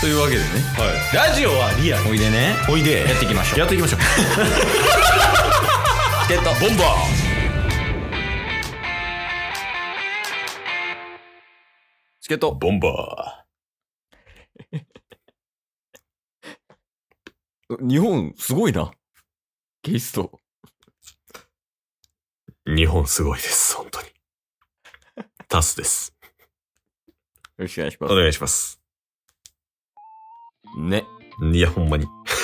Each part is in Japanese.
というわけでね、 ラジオはリアル。 おいでね、 おいで。 やっていきましょう。 やっていきましょう。 チケットボンバー。チケットボンバ日本すごいな。ゲスト。 ー。日本すごいです。本当に。タスです。 よろしくお願いします。 お願いします。 ね。 いや、ほんまに。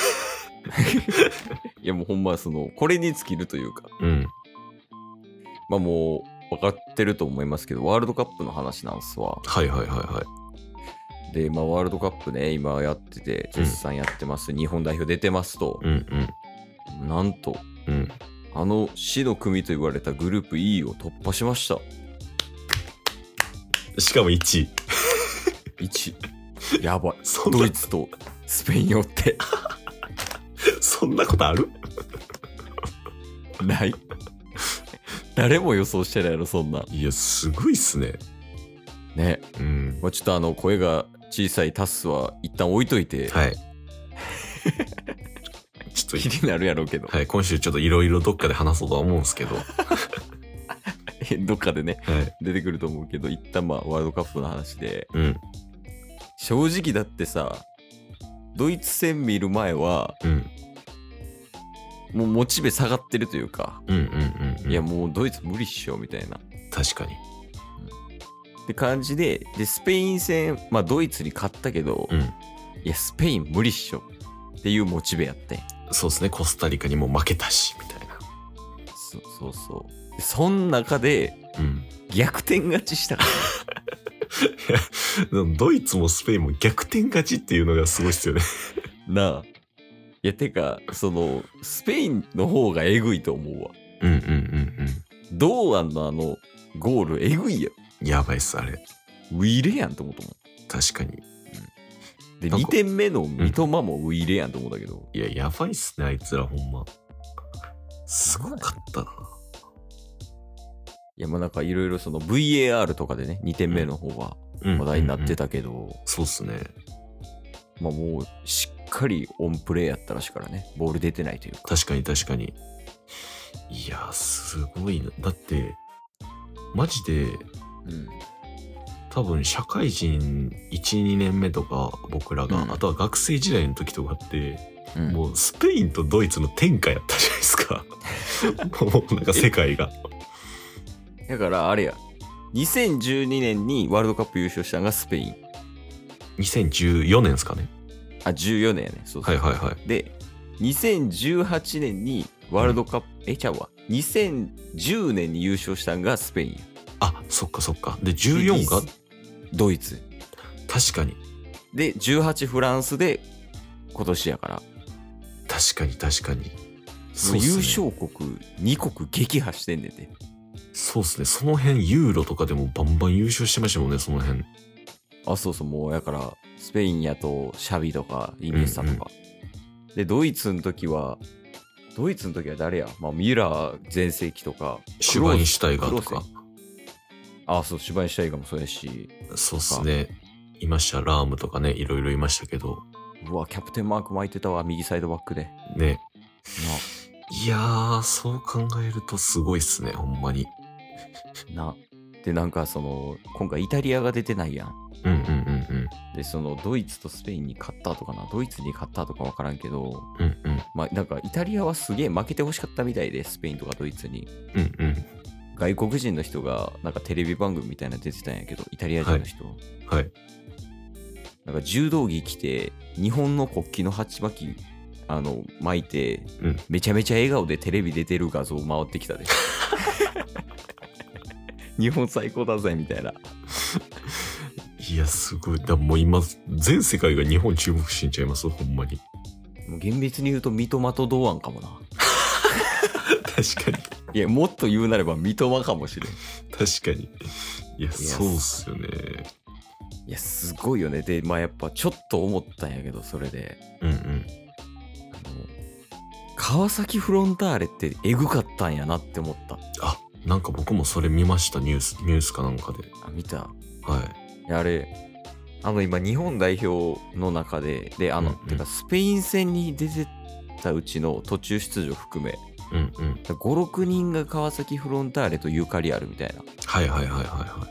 いやもうほんまこれに尽きるというか。 うん。 まあもう分かってると思いますけど、ワールドカップの話なんすわ。 はいはいはいはい。 で、まあワールドカップね、今やってて、絶賛やってます。日本代表出てますと。 うんうん。なんと、 うん。 死の組と言われたグループ E を突破しました。 しかも1位。 1。やばい。 そんなドイツとスペインをってそんなことある？ ない。誰も予想してないやろ、そんな。 いや、すごいっすね。 ね。 うん。 まあ、ちょっと声が小さいタスは一旦置いといて。 はい。ちょっと気になるやろうけど。 はい、今週ちょっといろいろどっかで話そうとは思うんですけど。 どっかでね、 はい。 出てくると思うけど、一旦まあワールドカップの話で。 うん。 正直だってさ、ドイツ戦見る前は、 うん。 もうモチベ下がってるというか、 うんうんうん。 いやもうドイツ無理っしょみたいな。 確かに。 って感じで、スペイン戦、まあドイツに勝ったけど、 うん。 いやスペイン無理っしょっていうモチベやって。 そうですね。コスタリカにも負けたし、みたいな。 そうそう。そん中で、 うん。 逆転勝ちしたから、 ドイツもスペインも逆転勝ちっていうのがすごいっすよね。 なあ。いや、てか、スペインの方がえぐいと思うわ。 うんうんうん堂安のゴールえぐいやうん。やばいっす、あれ。 ウィーレやんと思ったもん。 確かに。 で、 なんか 2点目の三笘もウィーレやんと思ったけど。 いや、やばいっすね、あいつらほんま。すごかったな。 いや、まあなんかいろいろVAR とかでね、2点目の方は話題になってたけど、 そうっすね。 まあもうしっかりオンプレーやったらしいからね、ボール出てないというか。 確かに確かに。いや、すごいな。だって、マジで、 うん。 多分社会人1、2年目とか僕らが、 うんあとは学生時代の時とかって、 うん、 もうスペインとドイツの天下やったじゃないですか。もうなんか世界が。 だからあれや、2012年にワールドカップ優勝したのがスペイン。 2014年ですかね。 あ、14年やね。そうそう。 はいはいはい。 で、2018年にワールドカップ、ちゃうわ。2010年に優勝したのがスペインや。 あ、そっかそっか。で、14がドイツ。 確かに。 で、18フランスで今年やから。 確かに確かに。 そう、優勝国2国撃破してんねんて。 そうっすね。その辺ユーロとかでもバンバン優勝してましたもんね、その辺。 あ、そうそう、もうやから、スペインやとシャビとかイニエスタとか。で、ドイツの時は誰や、まあ、ミュラー全盛期とか。 シュバインシュタイガーとか。 あ、そう、シュバインシュタイガーもそうやし。 そうっすね。いました。ラームとかね、いろいろいましたけど。 うわ、キャプテンマーク巻いてたわ、右サイドバックで。 ね。いやー、そう考えるとすごいっすね、ほんまに。 で、なんか今回イタリアが出てないやん。 うんうんうんうん。 で、ドイツとスペインに勝ったとかな、ドイツに勝ったとかわからんけど、 うんうん。 まあなんかイタリアはすげえ負けてほしかったみたいで、スペインとかドイツに。 うんうん。 外国人の人がなんかテレビ番組みたいなの出てたんやけど、イタリア人の人。 はい。 なんか柔道着着て、日本の国旗の鉢巻き、巻いて、 うん、 めちゃめちゃ笑顔でテレビ出てる画像回ってきたで。日本最高だぜみたいな。 いや、すごい。もう今、全世界が日本注目しんちゃいます、ほんまに。 もう厳密に言うと三笘と堂安かもな。 確かに。 いや、もっと言うなれば三笘かもしれん。 確かに。いや、そうっすよね。 いや、すごいよね。で、まあやっぱちょっと思ったんやけど、それで。 うんうん。 川崎フロンターレってエグかったんやなって思った。 あ、なんか僕もそれ見ました、ニュースかなんかで。 あ、見た。 はい。 いや、あれ、 今日本代表の中でてかスペイン戦に出てたうちの途中出場含め5、6人が川崎フロンターレとゆかりあるみたいな。 はいはいはいはいはい。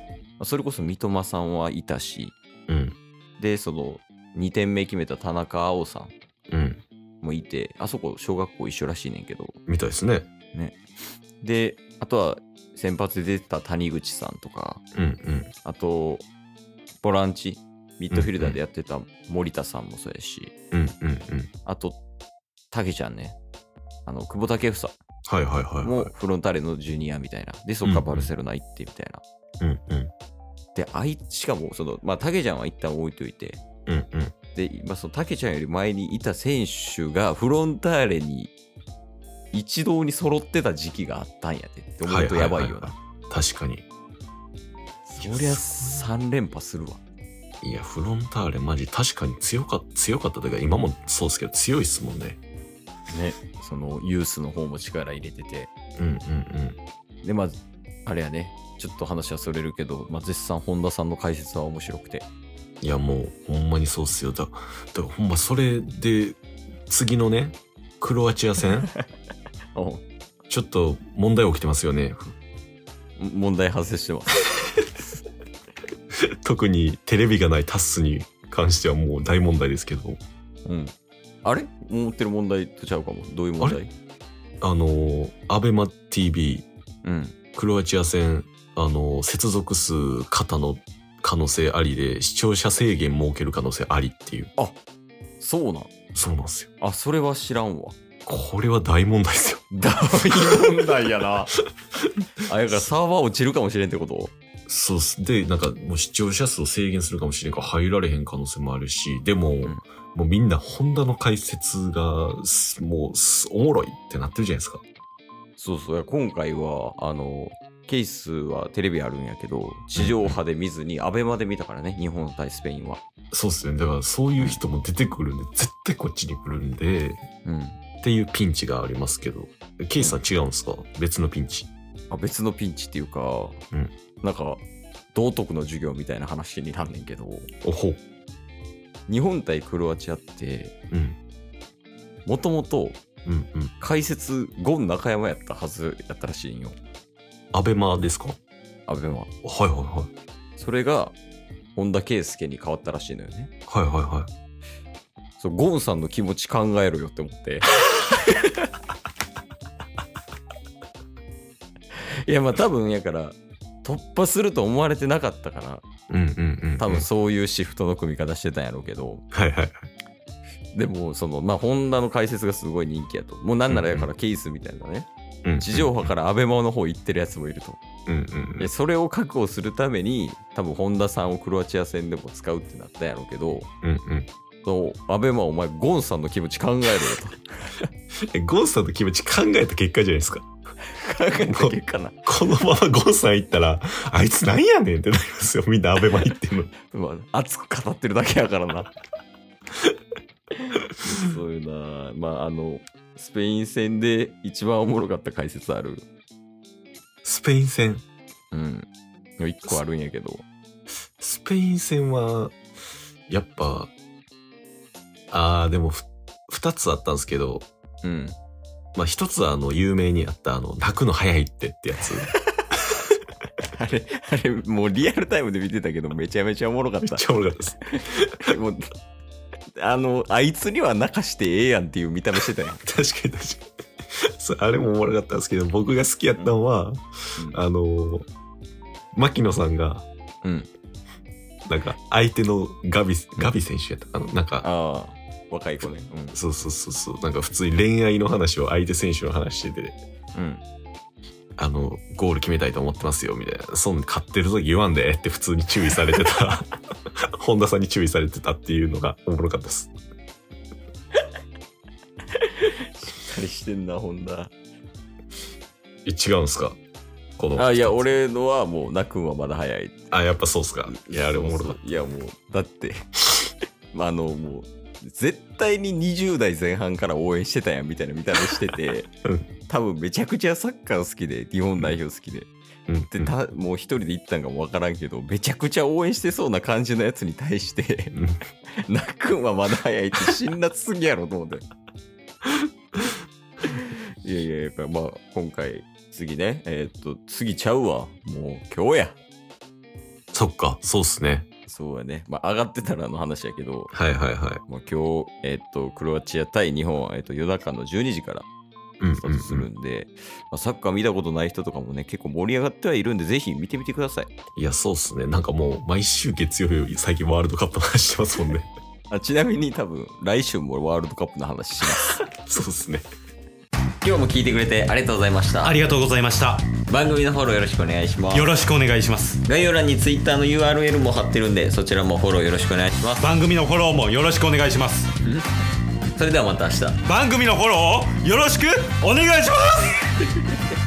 それこそ三笘さんはいたし、でその2点目決めた田中碧さんもいて、あそこ小学校一緒らしいねんけど。 みたいですね。 であとは先発で出てた谷口さんとか、あとボランチミッドフィルダーでやってた森田さんもそうやし、あとタケちゃんね、久保建英もフロンターレのジュニアみたいな。でそっからバルセロナ行ってみたいな。でしかもタケちゃんは一旦置いといて、で今そのタケちゃんより前にいた選手がフロンターレに一堂に揃ってた時期があったんやって思うとやばいよな。 確かに。 そりゃ3連覇するわ。 いやフロンターレマジ確かに強かったというか、今もそうですけど強いっすもんね。 そのユースの方も力入れてて、であれやね、ちょっと話はそれるけど、絶賛本田さんの解説は面白くて。 いやもうほんまにそうっすよ。だからほんまそれで次のねクロアチア戦ちょっと問題起きてますよね。 問題発生してます特にテレビがないタッスに関してはもう大問題ですけど。 あれ思ってる問題とちゃうかも。どういう問題？ アベマ TV、クロアチア戦接続数型の可能性ありで視聴者制限設ける可能性ありっていう。 あ、そうなんですよ。 あ、それは知らんわ。 これは大問題ですよ。 大問題やな。だからサーバー落ちるかもしれんってこと？ そうっす。で、なんかもう視聴者数を制限するかもしれんから入られへん可能性もあるし、でも、もうみんなホンダの解説がもうおもろいってなってるじゃないですか。 そう今回はケースはテレビあるんやけど、地上波で見ずにアベマで見たからね、日本対スペインは。 そうっすね。だからそういう人も出てくるんで、絶対こっちに来るんで、っていうピンチがありますけど、ケースは違うんですか？別のピンチ。 別のピンチっていうか、なんか道徳の授業みたいな話になんねんけど、日本対クロアチアってもともと解説ゴン中山やったはずやったらしいんよ。 アベマですか？ アベマ。それが本田圭佑に変わったらしいのよね。そうゴンさんの気持ち考えろよって思っていや多分やから突破すると思われてなかったから、多分そういうシフトの組み方してたんやろうけど、でもホンダの解説がすごい人気やと。もうなんならやからケースみたいなね、地上波からアベマの方行ってるやつもいると。でそれを確保するために多分本田さんをクロアチア戦でも使うってなったんやろうけど、アベマお前ゴンさんの気持ち考えろよとゴンさんの気持ち考えた結果じゃないですか。 考えた結果な。 このままゴンさん行ったらあいつなんやねんってなりますよ。みんなアベマ行ってるの熱く語ってるだけやからなそういうな。スペイン戦で一番おもろかった解説ある？ スペイン戦 1個あるんやけど、 スペイン戦はやっぱでも2つあったんですけど、1つは有名にあった泣くの早いってやつあれもうリアルタイムで見てたけどめちゃめちゃおもろかった。 めっちゃおもろかったですもうあいつには泣かしてええやんっていう見た目してたやん。 確かにあれもおもろかったんですけど、僕が好きやったのは、牧野さんが、なんか相手のガビ選手やったかな、なんか若い子ね、 そうなんか普通に恋愛の話を相手選手の話してて、ゴール決めたいと思ってますよみたいな、勝ってる時言わんでって普通に注意されてた本田さんに注意されてたっていうのがおもろかったです。 しっかりしてんな本田。 違うんすかこの。 いや俺のはもう泣くんはまだ早い。 やっぱそうっすか。いやあれおもろかった。 いやもうだってもう絶対に20代前半から応援してたやんみたいな見た目してて、多分めちゃくちゃサッカー好きで日本代表好きで、 でもう一人で行ったんかも分からんけど、めちゃくちゃ応援してそうな感じのやつに対してなっくんはまだ早いって辛辣すぎやろと思っていやいや、やっぱまあ今回次ね、次ちゃうわ、もう今日や。 そっか、そうっすね。 そうやね。まあ上がってたらの話やけど、 はいはいはい。 まあ、今日クロアチア対日本は夜中の12時からスタートするんで、まあ、サッカー見たことない人とかもね結構盛り上がってはいるんで、ぜひ見てみてください。 いや、そうっすね。なんかもう毎週月曜日最近ワールドカップの話してますもんねちなみに多分来週もワールドカップの話しますそうっすね。 今日も聞いてくれてありがとうございました。 ありがとうございました。 番組のフォローよろしくお願いします。 よろしくお願いします。 概要欄に Twitter の URL も貼ってるんで、そちらもフォローよろしくお願いします。 番組のフォローもよろしくお願いしますそれではまた明日。 番組のフォローをよろしくお願いします